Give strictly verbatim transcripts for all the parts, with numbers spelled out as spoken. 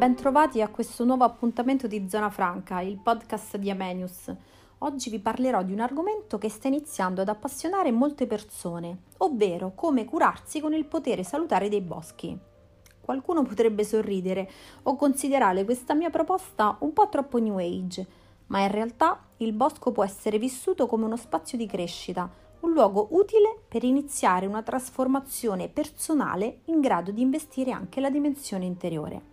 bentrovati a questo nuovo appuntamento di Zona Franca, il podcast di Amenius. Oggi vi parlerò di un argomento che sta iniziando ad appassionare molte persone, ovvero come curarsi con il potere salutare dei boschi. Qualcuno potrebbe sorridere o considerare questa mia proposta un po' troppo new age, ma in realtà il bosco può essere vissuto come uno spazio di crescita, un luogo utile per iniziare una trasformazione personale in grado di investire anche la dimensione interiore.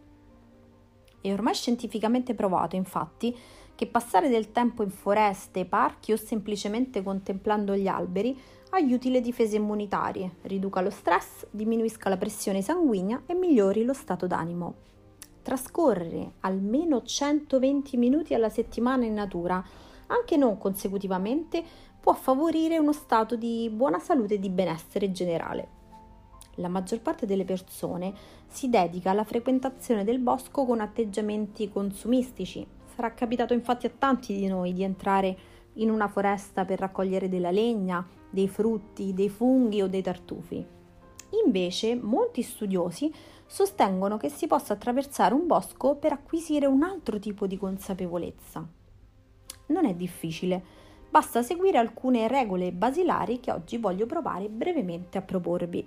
È ormai scientificamente provato, infatti, che passare del tempo in foreste, parchi o semplicemente contemplando gli alberi aiuti le difese immunitarie, riduca lo stress, diminuisca la pressione sanguigna e migliori lo stato d'animo. Trascorrere almeno centoventi minuti alla settimana in natura, anche non consecutivamente, può favorire uno stato di buona salute e di benessere generale. La maggior parte delle persone si dedica alla frequentazione del bosco con atteggiamenti consumistici. Sarà capitato infatti a tanti di noi di entrare in una foresta per raccogliere della legna, dei frutti, dei funghi o dei tartufi. Invece, molti studiosi sostengono che si possa attraversare un bosco per acquisire un altro tipo di consapevolezza. Non è difficile, basta seguire alcune regole basilari che oggi voglio provare brevemente a proporvi.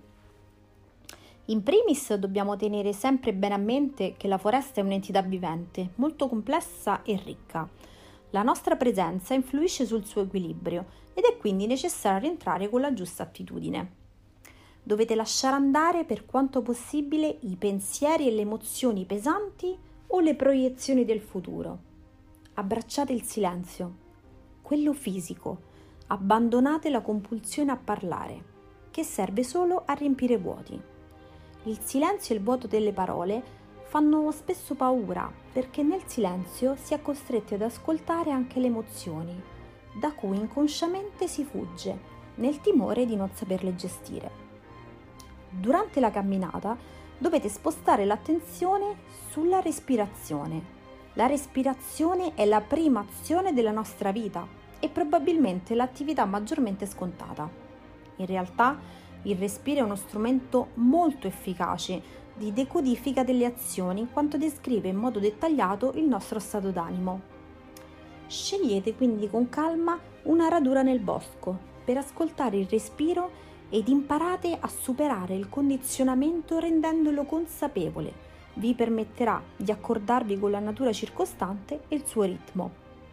In primis dobbiamo tenere sempre bene a mente che la foresta è un'entità vivente, molto complessa e ricca. La nostra presenza influisce sul suo equilibrio ed è quindi necessario rientrare con la giusta attitudine. Dovete lasciare andare per quanto possibile i pensieri e le emozioni pesanti o le proiezioni del futuro. Abbracciate il silenzio, quello fisico, abbandonate la compulsione a parlare, che serve solo a riempire vuoti. Il silenzio e il vuoto delle parole fanno spesso paura perché nel silenzio si è costretti ad ascoltare anche le emozioni, da cui inconsciamente si fugge, nel timore di non saperle gestire. Durante la camminata dovete spostare l'attenzione sulla respirazione. La respirazione è la prima azione della nostra vita e probabilmente l'attività maggiormente scontata. In realtà, il respiro è uno strumento molto efficace di decodifica delle azioni in quanto descrive in modo dettagliato il nostro stato d'animo. Scegliete quindi con calma una radura nel bosco per ascoltare il respiro ed imparate a superare il condizionamento rendendolo consapevole. Vi permetterà di accordarvi con la natura circostante e il suo ritmo.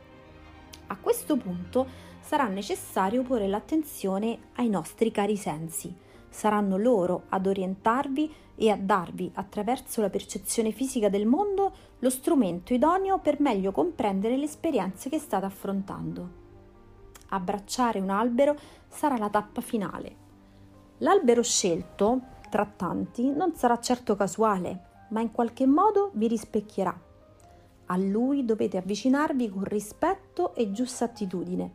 A questo punto sarà necessario porre l'attenzione ai nostri cari sensi. Saranno loro ad orientarvi e a darvi, attraverso la percezione fisica del mondo, lo strumento idoneo per meglio comprendere le esperienze che state affrontando. Abbracciare un albero sarà la tappa finale. L'albero scelto, tra tanti, non sarà certo casuale, ma in qualche modo vi rispecchierà. A lui dovete avvicinarvi con rispetto e giusta attitudine.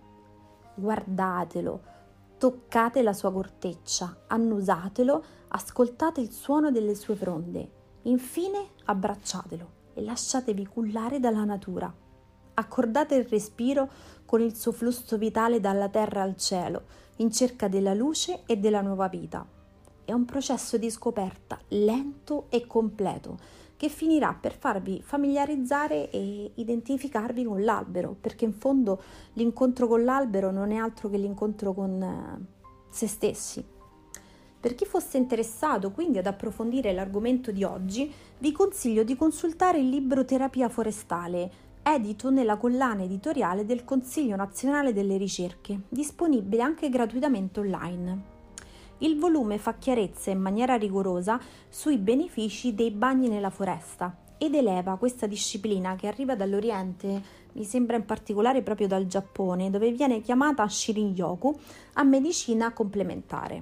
Guardatelo, toccate la sua corteccia, annusatelo, ascoltate il suono delle sue fronde. Infine abbracciatelo e lasciatevi cullare dalla natura. Accordate il respiro con il suo flusso vitale dalla terra al cielo, in cerca della luce e della nuova vita. È un processo di scoperta lento e completo, che finirà per farvi familiarizzare e identificarvi con l'albero, perché in fondo l'incontro con l'albero non è altro che l'incontro con eh, se stessi. Per chi fosse interessato quindi ad approfondire l'argomento di oggi, vi consiglio di consultare il libro Terapia forestale, edito nella collana editoriale del Consiglio Nazionale delle Ricerche, disponibile anche gratuitamente online. Il volume fa chiarezza in maniera rigorosa sui benefici dei bagni nella foresta ed eleva questa disciplina che arriva dall'Oriente, mi sembra in particolare proprio dal Giappone, dove viene chiamata Shirin-yoku, a medicina complementare.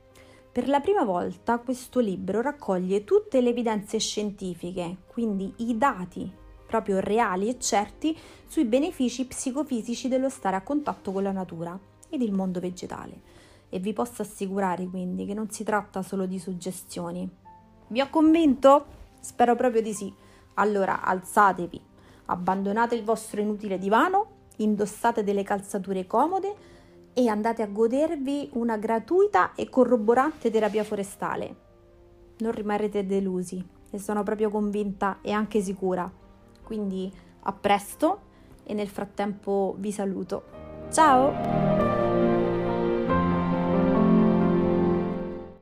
Per la prima volta questo libro raccoglie tutte le evidenze scientifiche, quindi i dati proprio reali e certi sui benefici psicofisici dello stare a contatto con la natura ed il mondo vegetale. E vi posso assicurare quindi che non si tratta solo di suggestioni. Vi ho convinto? Spero proprio di sì. Allora alzatevi, abbandonate il vostro inutile divano, indossate delle calzature comode e andate a godervi una gratuita e corroborante terapia forestale. Non rimarrete delusi. ne sono proprio convinta e anche sicura. Quindi a presto e nel frattempo vi saluto. Ciao!